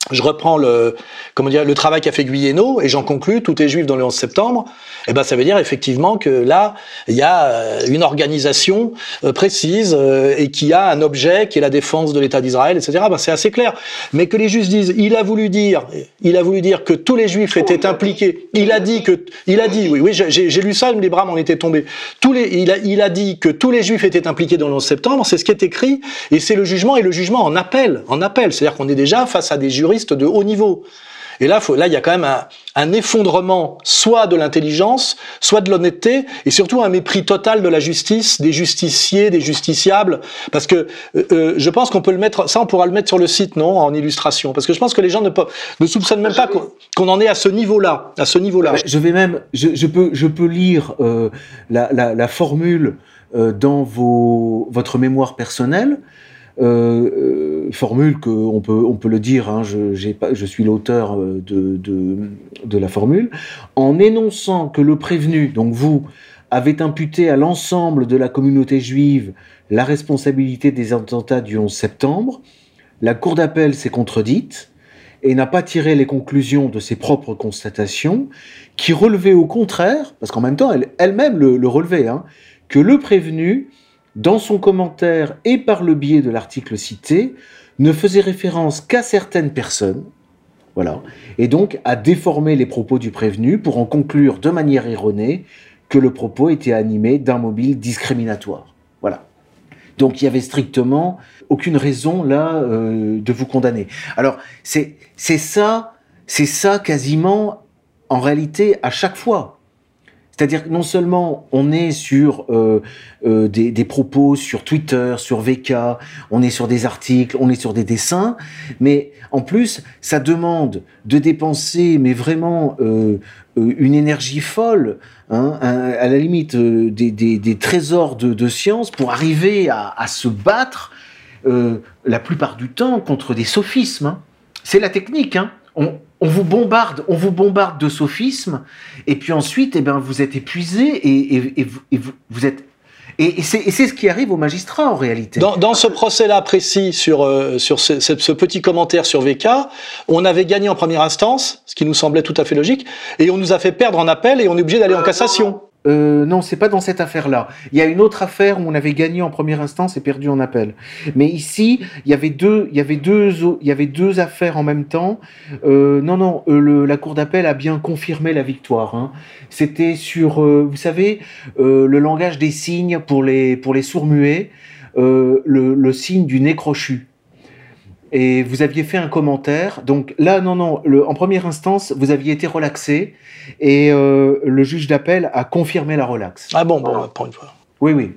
le travail qu'a fait Guyénot, et j'en conclus, tout est juif dans le 11 septembre, et ben ça veut dire effectivement que là, il y a une organisation précise et qui a un objet qui est la défense de l'État d'Israël, etc. Ben c'est assez clair. Mais que les juges disent, il a voulu dire que tous les juifs étaient impliqués. Il a dit, oui, j'ai lu ça, les bras m'en étaient tombés. Il a dit que tous les juifs étaient impliqués dans le 11 septembre, c'est ce qui est écrit, et c'est le jugement, et le jugement en appel. C'est-à-dire qu'on est déjà face à des juristes de haut niveau. Et là, il y a quand même un effondrement, soit de l'intelligence, soit de l'honnêteté, et surtout un mépris total de la justice, des justiciers, des justiciables, parce que je pense qu'on peut le mettre, ça on pourra le mettre sur le site, non, en illustration, parce que je pense que les gens ne soupçonnent même pas qu'on en est à ce niveau-là, Je peux lire la formule dans votre mémoire personnelle. Formule que on peut le dire, hein, je suis l'auteur de la formule, en énonçant que le prévenu, donc vous, avez imputé à l'ensemble de la communauté juive la responsabilité des attentats du 11 septembre, la Cour d'appel s'est contredite et n'a pas tiré les conclusions de ses propres constatations, qui relevaient au contraire, parce qu'en même temps elle-même le relevait, hein, que le prévenu, dans son commentaire et par le biais de l'article cité, ne faisait référence qu'à certaines personnes, voilà, et donc a déformé les propos du prévenu pour en conclure de manière erronée que le propos était animé d'un mobile discriminatoire. Voilà. Donc il y avait strictement aucune raison là de vous condamner. Alors c'est ça quasiment en réalité à chaque fois. C'est-à-dire que non seulement on est sur des propos sur Twitter, sur VK, on est sur des articles, on est sur des dessins, mais en plus, ça demande de dépenser, mais vraiment une énergie folle, hein, à la limite des trésors de science pour arriver à se battre la plupart du temps contre des sophismes. Hein. C'est la technique, hein. On vous bombarde de sophismes, et puis ensuite, vous êtes épuisé et vous êtes. Et c'est ce qui arrive aux magistrats en réalité. Dans ce procès-là précis sur ce petit commentaire sur VK, on avait gagné en première instance, ce qui nous semblait tout à fait logique, et on nous a fait perdre en appel et on est obligé d'aller en cassation. Non, c'est pas dans cette affaire-là. Il y a une autre affaire où on avait gagné en première instance et perdu en appel. Mais ici, il y avait deux affaires en même temps. La cour d'appel a bien confirmé la victoire. Hein. C'était sur, vous savez, le langage des signes pour les sourds-muets, le signe du nez crochu. Et vous aviez fait un commentaire. Donc là, en première instance, vous aviez été relaxé et le juge d'appel a confirmé la relaxe. Ah bon, pour une fois. Oui.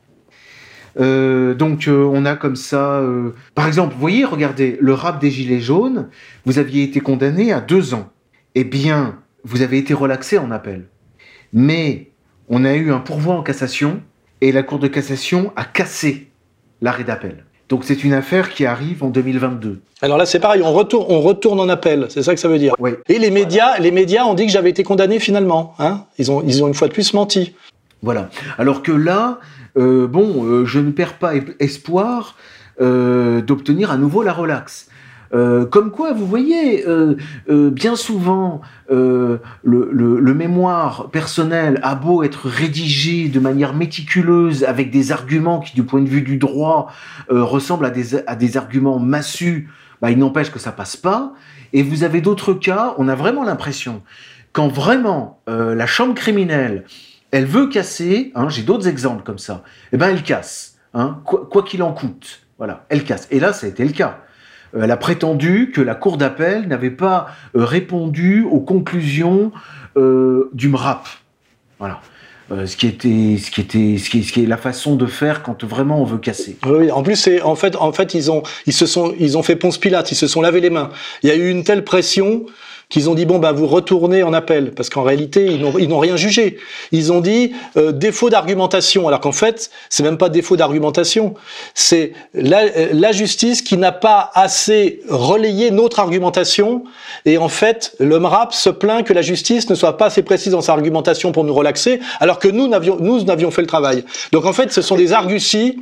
Donc on a comme ça... Par exemple, vous voyez, regardez, le rap des Gilets jaunes, vous aviez été condamné à 2 ans. Eh bien, vous avez été relaxé en appel. Mais on a eu un pourvoi en cassation et la Cour de cassation a cassé l'arrêt d'appel. Donc c'est une affaire qui arrive en 2022. Alors là c'est pareil, on retourne en appel, c'est ça que ça veut dire. Oui. Et les médias ont dit que j'avais été condamné finalement. Hein, ils ont une fois de plus menti. Voilà. Alors que là, je ne perds pas espoir d'obtenir à nouveau la relaxe. Comme quoi, vous voyez, bien souvent, le mémoire personnel a beau être rédigé de manière méticuleuse, avec des arguments qui, du point de vue du droit, ressemblent à des arguments massus, il n'empêche que ça passe pas. Et vous avez d'autres cas, on a vraiment l'impression, quand vraiment la chambre criminelle, elle veut casser, hein, j'ai d'autres exemples comme ça, elle casse, hein, quoi qu'il en coûte. Voilà, elle casse. Et là, ça a été le cas. Elle a prétendu que la cour d'appel n'avait pas répondu aux conclusions du MRAP. Voilà. Ce qui est la façon de faire quand vraiment on veut casser. Oui, en plus en fait ils ont fait Ponce Pilate, ils se sont lavé les mains. Il y a eu une telle pression qu'ils ont dit vous retournez en appel, parce qu'en réalité ils n'ont rien jugé. Ils ont dit défaut d'argumentation, alors qu'en fait c'est même pas défaut d'argumentation, c'est la justice qui n'a pas assez relayé notre argumentation, et en fait le MRAP se plaint que la justice ne soit pas assez précise dans sa argumentation pour nous relaxer, alors que nous n'avions fait le travail. Donc en fait ce sont des arguties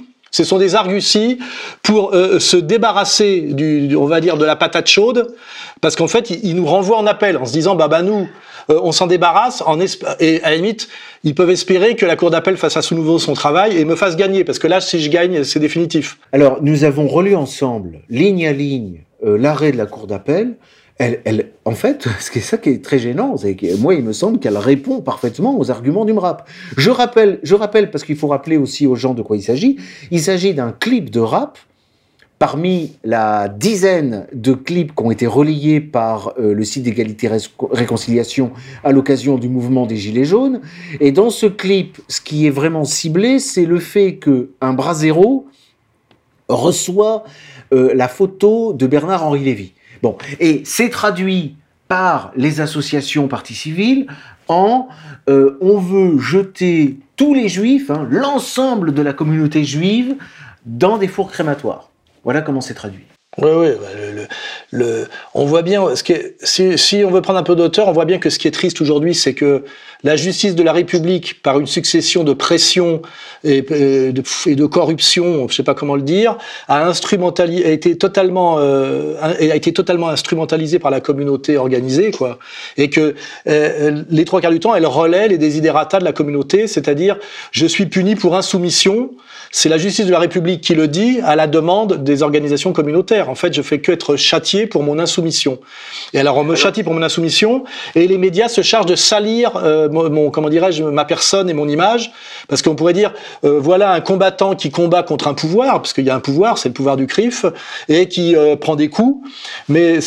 pour se débarrasser on va dire de la patate chaude, parce qu'en fait ils nous renvoient en appel en se disant nous on s'en débarrasse, et à la limite ils peuvent espérer que la cour d'appel fasse à nouveau son travail et me fasse gagner, parce que là si je gagne c'est définitif. Alors nous avons relu ensemble ligne à ligne l'arrêt de la cour d'appel. En fait, c'est ça qui est très gênant, c'est que moi, il me semble qu'elle répond parfaitement aux arguments du MRAP. Je rappelle, parce qu'il faut rappeler aussi aux gens de quoi il s'agit. Il s'agit d'un clip de rap, parmi la dizaine de clips qui ont été relayés par le site d'égalité réconciliation à l'occasion du mouvement des Gilets jaunes. Et dans ce clip, ce qui est vraiment ciblé, c'est le fait qu'un brasero reçoit la photo de Bernard-Henri Lévy. Bon, et c'est traduit par les associations parties civiles en on veut jeter tous les juifs, hein, l'ensemble de la communauté juive, dans des fours crématoires. Voilà comment c'est traduit. Oui, on voit bien, si on veut prendre un peu d'auteur, on voit bien que ce qui est triste aujourd'hui, c'est que la justice de la République, par une succession de pressions et de corruption, je sais pas comment le dire, a été totalement instrumentalisée par la communauté organisée, quoi. Et que les 3/4 du temps, elle relaie les desiderata de la communauté, c'est-à-dire je suis puni pour insoumission. C'est la justice de la République qui le dit à la demande des organisations communautaires. En fait, je fais que être châtié pour mon insoumission. Et alors, on me châtie pour mon insoumission, et les médias se chargent de salir ma personne et mon image, parce qu'on pourrait dire, voilà un combattant qui combat contre un pouvoir, parce qu'il y a un pouvoir, c'est le pouvoir du CRIF, et qui prend des coups. Mais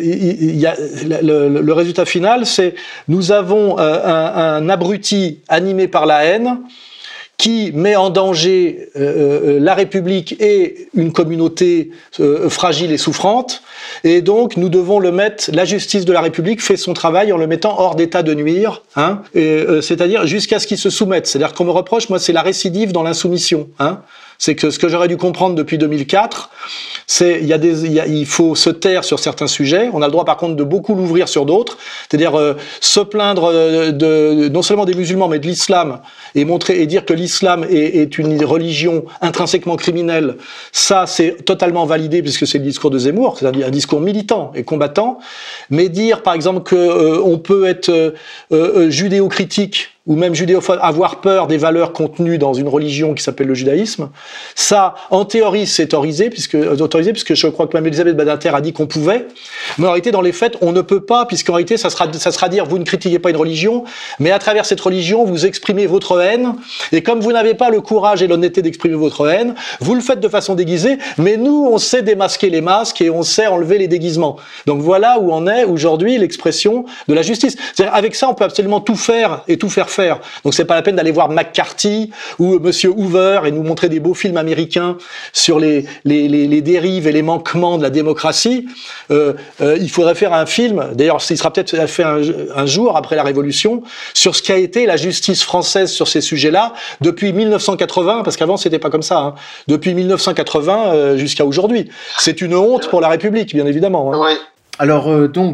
le résultat final, c'est nous avons un abruti animé par la haine, qui met en danger la République et une communauté fragile et souffrante, et donc nous devons la justice de la République fait son travail en le mettant hors d'état de nuire, c'est-à-dire jusqu'à ce qu'il se soumette. C'est-à-dire qu'on me reproche, moi, c'est la récidive dans l'insoumission, c'est que ce que j'aurais dû comprendre depuis 2004, c'est il faut se taire sur certains sujets. On a le droit par contre de beaucoup l'ouvrir sur d'autres. C'est-à-dire se plaindre non seulement des musulmans mais de l'islam et dire que l'islam est une religion intrinsèquement criminelle. Ça c'est totalement validé puisque c'est le discours de Zemmour, c'est un discours militant et combattant. Mais dire par exemple que on peut être judéo-critique ou même judéophobe, avoir peur des valeurs contenues dans une religion qui s'appelle le judaïsme, ça, en théorie, c'est autorisé, puisque je crois que même Elisabeth Badinter a dit qu'on pouvait, mais en réalité, dans les faits, on ne peut pas, puisqu'en réalité, ça sera dire, vous ne critiquez pas une religion, mais à travers cette religion, vous exprimez votre haine, et comme vous n'avez pas le courage et l'honnêteté d'exprimer votre haine, vous le faites de façon déguisée, mais nous, on sait démasquer les masques et on sait enlever les déguisements. Donc voilà où en est aujourd'hui l'expression de la justice. C'est-à-dire, avec ça, on peut absolument tout faire et tout faire. Donc c'est pas la peine d'aller voir McCarthy ou Monsieur Hoover et nous montrer des beaux films américains sur les dérives et les manquements de la démocratie. Il faudrait faire un film, d'ailleurs il sera peut-être fait un jour après la Révolution, sur ce qu'a été la justice française sur ces sujets-là depuis 1980, parce qu'avant c'était pas comme ça, hein. Depuis 1980 jusqu'à aujourd'hui. C'est une honte pour la République, bien évidemment. Hein. Oui. Alors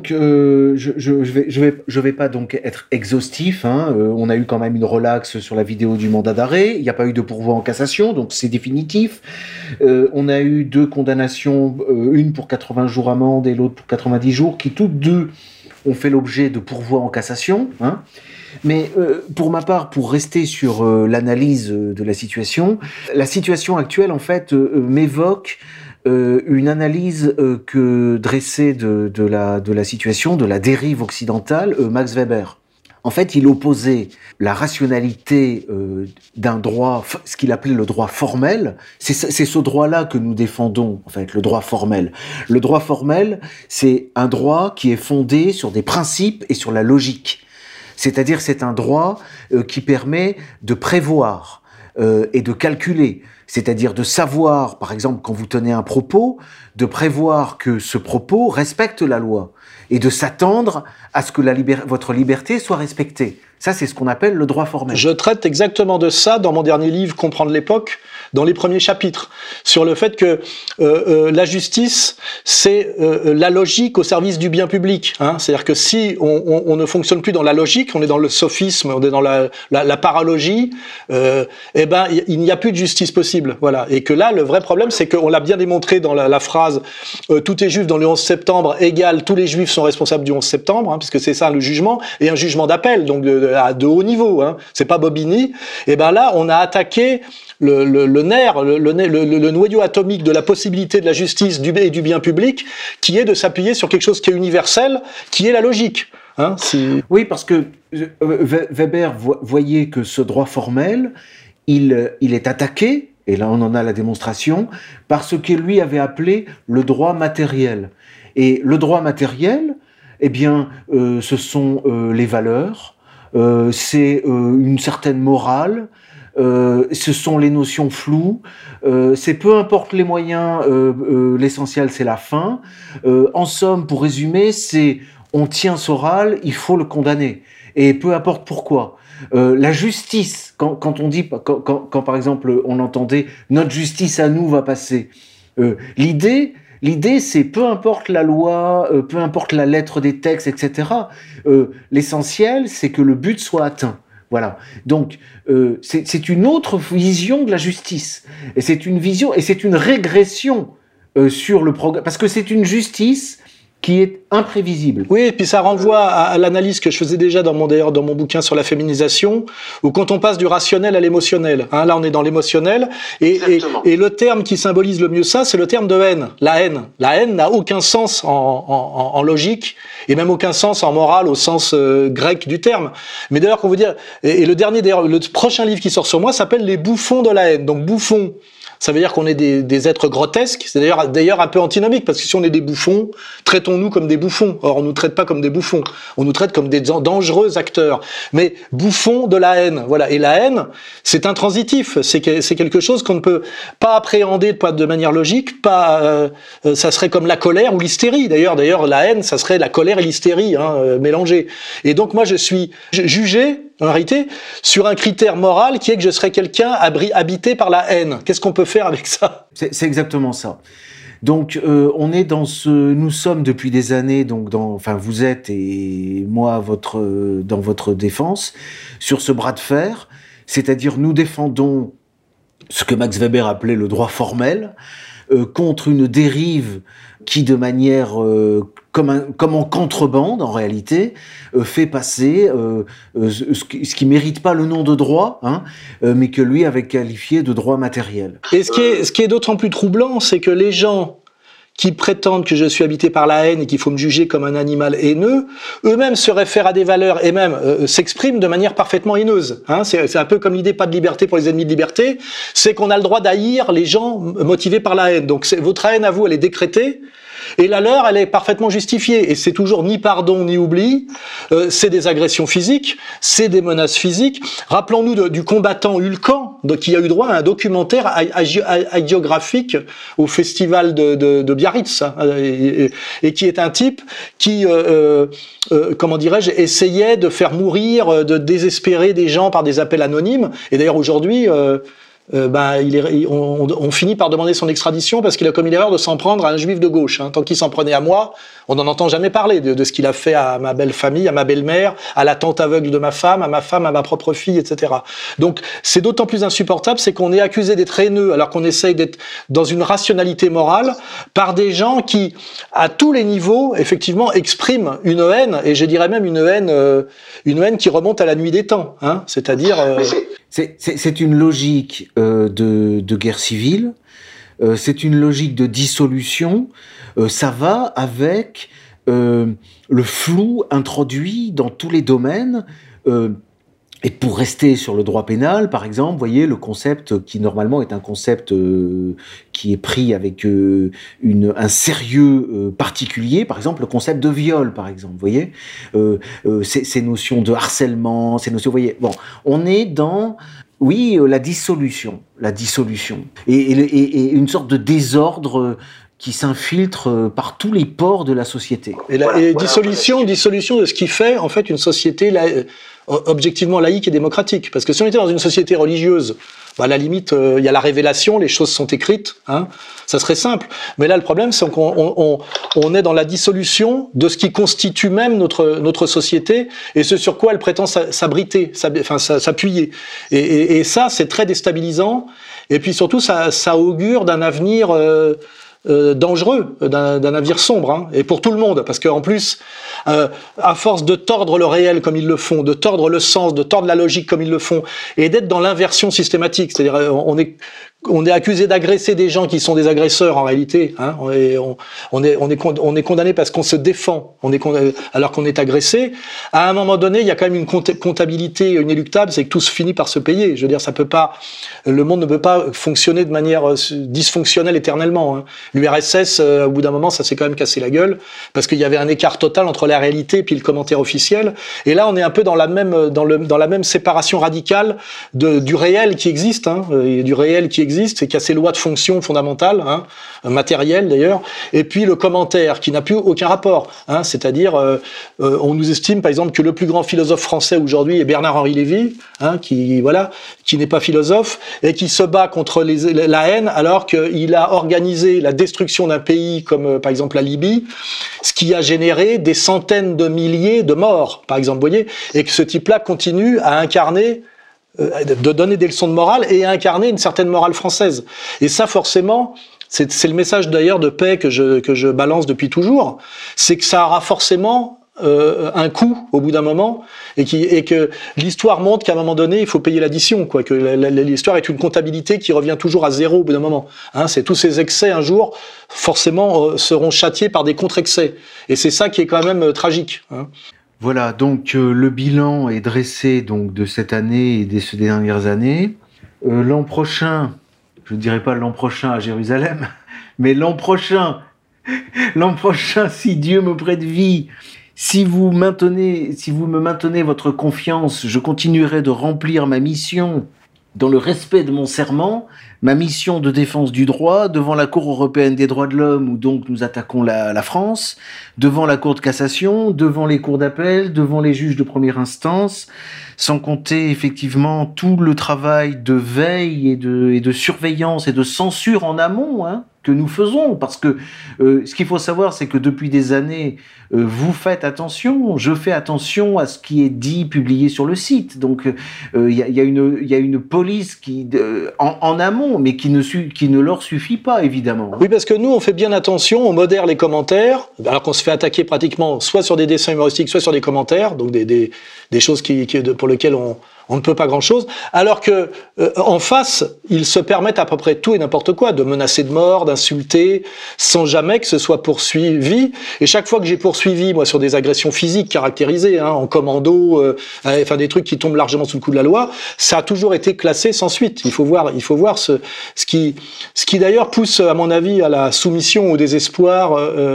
je vais pas donc être exhaustif. Hein. On a eu quand même une relaxe sur la vidéo du mandat d'arrêt. Il n'y a pas eu de pourvoi en cassation, donc c'est définitif. On a eu 2 condamnations, une pour 80 jours amende et l'autre pour 90 jours, qui toutes deux ont fait l'objet de pourvoi en cassation. Hein. Mais pour ma part, pour rester sur l'analyse de la situation actuelle en fait m'évoque une analyse que dressait de la situation, de la dérive occidentale, Max Weber. En fait, il opposait la rationalité d'un droit, ce qu'il appelait le droit formel. C'est ce droit-là que nous défendons, en fait, le droit formel. Le droit formel, c'est un droit qui est fondé sur des principes et sur la logique. C'est-à-dire, c'est un droit qui permet de prévoir et de calculer. C'est-à-dire de savoir, par exemple, quand vous tenez un propos, de prévoir que ce propos respecte la loi et de s'attendre à ce que votre liberté soit respectée. Ça, c'est ce qu'on appelle le droit formel. Je traite exactement de ça dans mon dernier livre, Comprendre l'époque, dans les premiers chapitres, sur le fait que la justice, c'est la logique au service du bien public. Hein. C'est-à-dire que si on ne fonctionne plus dans la logique, on est dans le sophisme, on est dans la paralogie, eh ben il n'y a plus de justice possible. Voilà. Et que là, le vrai problème, c'est qu'on l'a bien démontré dans la phrase tout est juif dans le 11 septembre égale tous les juifs sont responsables du 11 septembre, hein, puisque c'est ça le jugement, et un jugement d'appel, donc de haut niveau. Hein. C'est pas Bobigny. Et ben là, on a attaqué le noyau atomique de la possibilité de la justice et du bien public, qui est de s'appuyer sur quelque chose qui est universel, qui est la logique. Hein, oui, parce que Weber voyait que ce droit formel, il est attaqué, et là on en a la démonstration, par ce qu'il lui avait appelé le droit matériel. Et le droit matériel, eh bien, ce sont les valeurs, c'est une certaine morale, ce sont les notions floues, c'est peu importe les moyens, l'essentiel c'est la fin. En somme, pour résumer, c'est on tient Soral, il faut le condamner, et peu importe pourquoi. La justice, quand on dit, quand par exemple on entendait notre justice à nous va passer, l'idée c'est peu importe la loi, peu importe la lettre des textes, etc. L'essentiel c'est que le but soit atteint. Voilà. Donc, c'est une autre vision de la justice. Et c'est une vision, et c'est une régression sur le progrès. Parce que c'est une justice qui est imprévisible. Oui, et puis ça renvoie à l'analyse que je faisais déjà dans mon bouquin sur la féminisation, où quand on passe du rationnel à l'émotionnel, hein, là on est dans l'émotionnel, et le terme qui symbolise le mieux ça, c'est le terme de haine. La haine. La haine n'a aucun sens en logique, et même aucun sens en morale au sens grec du terme. Mais d'ailleurs, qu'on vous dire, et le prochain livre qui sort sur moi s'appelle Les bouffons de la haine. Donc bouffon, ça veut dire qu'on est des êtres grotesques. C'est d'ailleurs un peu antinomique, parce que si on est des bouffons, traitons-nous comme des bouffons. Or, on nous traite pas comme des bouffons. On nous traite comme des dangereux acteurs. Mais bouffons de la haine. Voilà. Et la haine, c'est intransitif. C'est quelque chose qu'on ne peut pas appréhender de manière logique. Ça serait comme la colère ou l'hystérie. D'ailleurs, la haine, ça serait la colère et l'hystérie, hein, mélangées. Et donc, moi, je suis jugé en réalité, sur un critère moral qui est que je serais quelqu'un habité par la haine. Qu'est-ce qu'on peut faire avec ça ? C'est exactement ça. Donc, nous sommes depuis des années, donc vous êtes et moi dans votre défense, sur ce bras de fer, c'est-à-dire nous défendons ce que Max Weber appelait le droit formel, contre une dérive qui, de manière comme en contrebande, en réalité, fait passer ce qui mérite pas le nom de droit, mais que lui avait qualifié de droit matériel. Et ce qui est d'autant plus troublant, c'est que les gens qui prétendent que je suis habité par la haine et qu'il faut me juger comme un animal haineux, eux-mêmes se réfèrent à des valeurs et même s'expriment de manière parfaitement haineuse. C'est un peu comme l'idée pas de liberté pour les ennemis de liberté, c'est qu'on a le droit d'haïr les gens motivés par la haine. Donc votre haine à vous, elle est décrétée, et la leur, elle est parfaitement justifiée. Et c'est toujours ni pardon ni oubli, c'est des agressions physiques, c'est des menaces physiques. Rappelons-nous du combattant Hulkan, qui a eu droit à un documentaire hagiographique au festival de Biarritz, et qui est un type qui, essayait de faire mourir, de désespérer des gens par des appels anonymes. Et d'ailleurs aujourd'hui, on finit par demander son extradition parce qu'il a commis l'erreur de s'en prendre à un juif de gauche. Tant qu'il s'en prenait à moi, on n'en entend jamais parler de ce qu'il a fait à ma belle famille, à ma belle-mère, à la tante aveugle de ma femme, à ma propre fille, etc. Donc c'est d'autant plus insupportable, c'est qu'on est accusé d'être haineux alors qu'on essaye d'être dans une rationalité morale par des gens qui, à tous les niveaux, effectivement, expriment une haine, et je dirais même une haine qui remonte à la nuit des temps. C'est-à-dire... C'est une logique de guerre civile, c'est une logique de dissolution, ça va avec le flou introduit dans tous les domaines. Et pour rester sur le droit pénal, par exemple, vous voyez, le concept qui normalement est un concept qui est pris avec un sérieux particulier, par exemple le concept de viol, par exemple, vous voyez, ces notions de harcèlement, ces notions, vous voyez, bon, on est dans, oui, la dissolution, et une sorte de désordre qui s'infiltre par tous les pores de la société. Et dissolution de ce qui fait en fait une société objectivement laïque et démocratique. Parce que si on était dans une société religieuse, à la limite, il y a la révélation, les choses sont écrites, ça serait simple. Mais là, le problème, c'est qu'on est dans la dissolution de ce qui constitue même notre société et ce sur quoi elle prétend s'abriter, s'appuyer. Et ça, c'est très déstabilisant. Et puis surtout, ça augure d'un avenir dangereux, d'un navire sombre, et pour tout le monde, parce qu'en plus, à force de tordre le réel comme ils le font, de tordre le sens, de tordre la logique comme ils le font, et d'être dans l'inversion systématique, c'est-à-dire on est accusé d'agresser des gens qui sont des agresseurs en réalité, on est condamné parce qu'on se défend, alors qu'on est agressé. À un moment donné, il y a quand même une comptabilité inéluctable, c'est que tout se finit par se payer. Je veux dire, le monde ne peut pas fonctionner de manière dysfonctionnelle éternellement. L'URSS, au bout d'un moment, ça s'est quand même cassé la gueule parce qu'il y avait un écart total entre la réalité et puis le commentaire officiel. Et là, on est un peu dans la même séparation radicale du réel qui existe, et du réel qui existe et qui a ses lois de fonction fondamentales, matérielles d'ailleurs, et puis le commentaire qui n'a plus aucun rapport. C'est-à-dire, on nous estime par exemple que le plus grand philosophe français aujourd'hui est Bernard-Henri Lévy, qui n'est pas philosophe et qui se bat contre la haine alors qu'il a organisé la destruction d'un pays comme par exemple la Libye, ce qui a généré des centaines de milliers de morts, par exemple, vous voyez, et que ce type-là continue à incarner, de donner des leçons de morale et à incarner une certaine morale française. Et ça, forcément, c'est le message d'ailleurs de paix que je balance depuis toujours, c'est que ça aura forcément un coût au bout d'un moment, et que l'histoire montre qu'à un moment donné il faut payer l'addition, que l'histoire est une comptabilité qui revient toujours à zéro au bout d'un moment. C'est tous ces excès un jour forcément seront châtiés par des contre-excès, et c'est ça qui est quand même tragique. Voilà, donc le bilan est dressé donc de cette année et de ces dernières années. L'an prochain, je ne dirais pas l'an prochain à Jérusalem, mais l'an prochain, si Dieu me prête vie, si vous me maintenez votre confiance, je continuerai de remplir ma mission dans le respect de mon serment, ma mission de défense du droit devant la Cour européenne des droits de l'homme, où donc nous attaquons la France, devant la Cour de cassation, devant les cours d'appel, devant les juges de première instance, sans compter effectivement tout le travail de veille et de surveillance et de censure en amont, hein, que nous faisons, parce que ce qu'il faut savoir, c'est que depuis des années, vous faites attention, je fais attention à ce qui est dit, publié sur le site. Donc il y a une police qui en amont, mais qui ne leur suffit pas, évidemment. Oui, parce que nous, on fait bien attention, on modère les commentaires, alors qu'on se fait attaquer pratiquement soit sur des dessins humoristiques, soit sur des commentaires, donc des choses pour lesquelles on ne peut pas grand-chose, alors que en face, ils se permettent à peu près tout et n'importe quoi, de menacer de mort, d'insulter, sans jamais que ce soit poursuivi. Et chaque fois que j'ai poursuivi, moi, sur des agressions physiques caractérisées, hein, en commando, enfin des trucs qui tombent largement sous le coup de la loi, ça a toujours été classé sans suite. Il faut voir ce qui d'ailleurs pousse, à mon avis, à la soumission au désespoir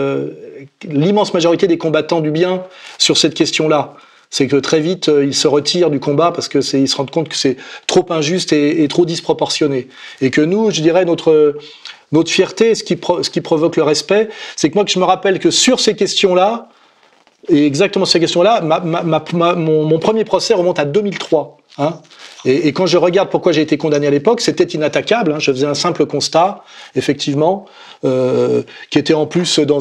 l'immense majorité des combattants du bien sur cette question-là. C'est que très vite, ils se retirent du combat parce que ils se rendent compte que c'est trop injuste et trop disproportionné. Et que nous, je dirais, notre fierté, ce qui provoque le respect, c'est que moi, que je me rappelle que sur ces questions-là, et exactement ces questions-là, mon premier procès remonte à 2003. Hein. Et quand je regarde pourquoi j'ai été condamné à l'époque, c'était inattaquable. Hein. Je faisais un simple constat, effectivement, qui était en plus dans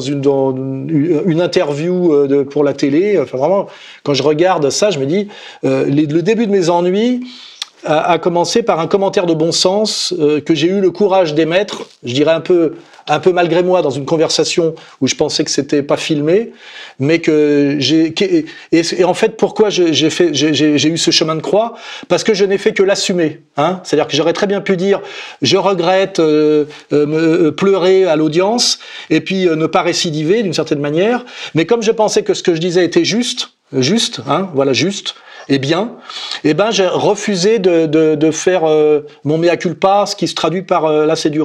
une interview pour la télé. Enfin vraiment, quand je regarde ça, je me dis, le début de mes ennuis a commencé par un commentaire de bon sens que j'ai eu le courage d'émettre, je dirais un peu malgré moi, dans une conversation où je pensais que c'était pas filmé, mais et en fait, pourquoi j'ai eu ce chemin de croix? Parce que je n'ai fait que l'assumer, hein. C'est-à-dire que j'aurais très bien pu dire, je regrette, pleurer à l'audience, et puis ne pas récidiver d'une certaine manière, mais comme je pensais que ce que je disais était juste, hein, voilà, juste, et bien, j'ai refusé de faire mon mea culpa, ce qui se traduit par là c'est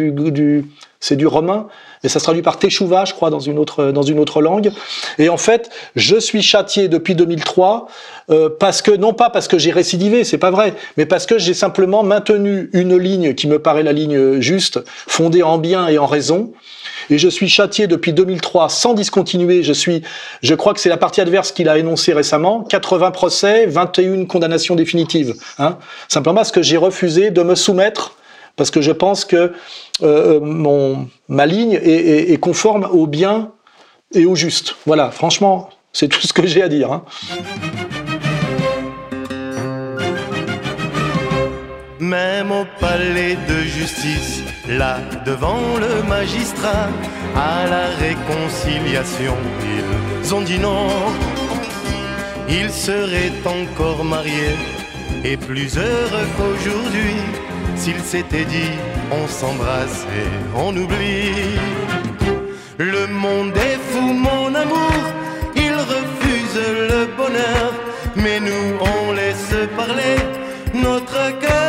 du romain, et ça se traduit par teshuva, je crois, dans une autre langue. Et en fait, je suis châtié depuis 2003 non pas parce que j'ai récidivé, c'est pas vrai, mais parce que j'ai simplement maintenu une ligne qui me paraît la ligne juste, fondée en bien et en raison. Et je suis châtié depuis 2003 sans discontinuer. Je crois que c'est la partie adverse qu'il a énoncé récemment. 80 procès, 21 condamnations définitives. Hein. Simplement parce que j'ai refusé de me soumettre, parce que je pense que ma ligne est conforme au bien et au juste. Voilà, franchement, c'est tout ce que j'ai à dire. Hein. Même au palais de justice, là devant le magistrat, à la réconciliation, ils ont dit non. Ils seraient encore mariés et plus heureux qu'aujourd'hui s'ils s'étaient dit on s'embrasse et on oublie. Le monde est fou, mon amour, il refuse le bonheur, mais nous on laisse parler notre cœur.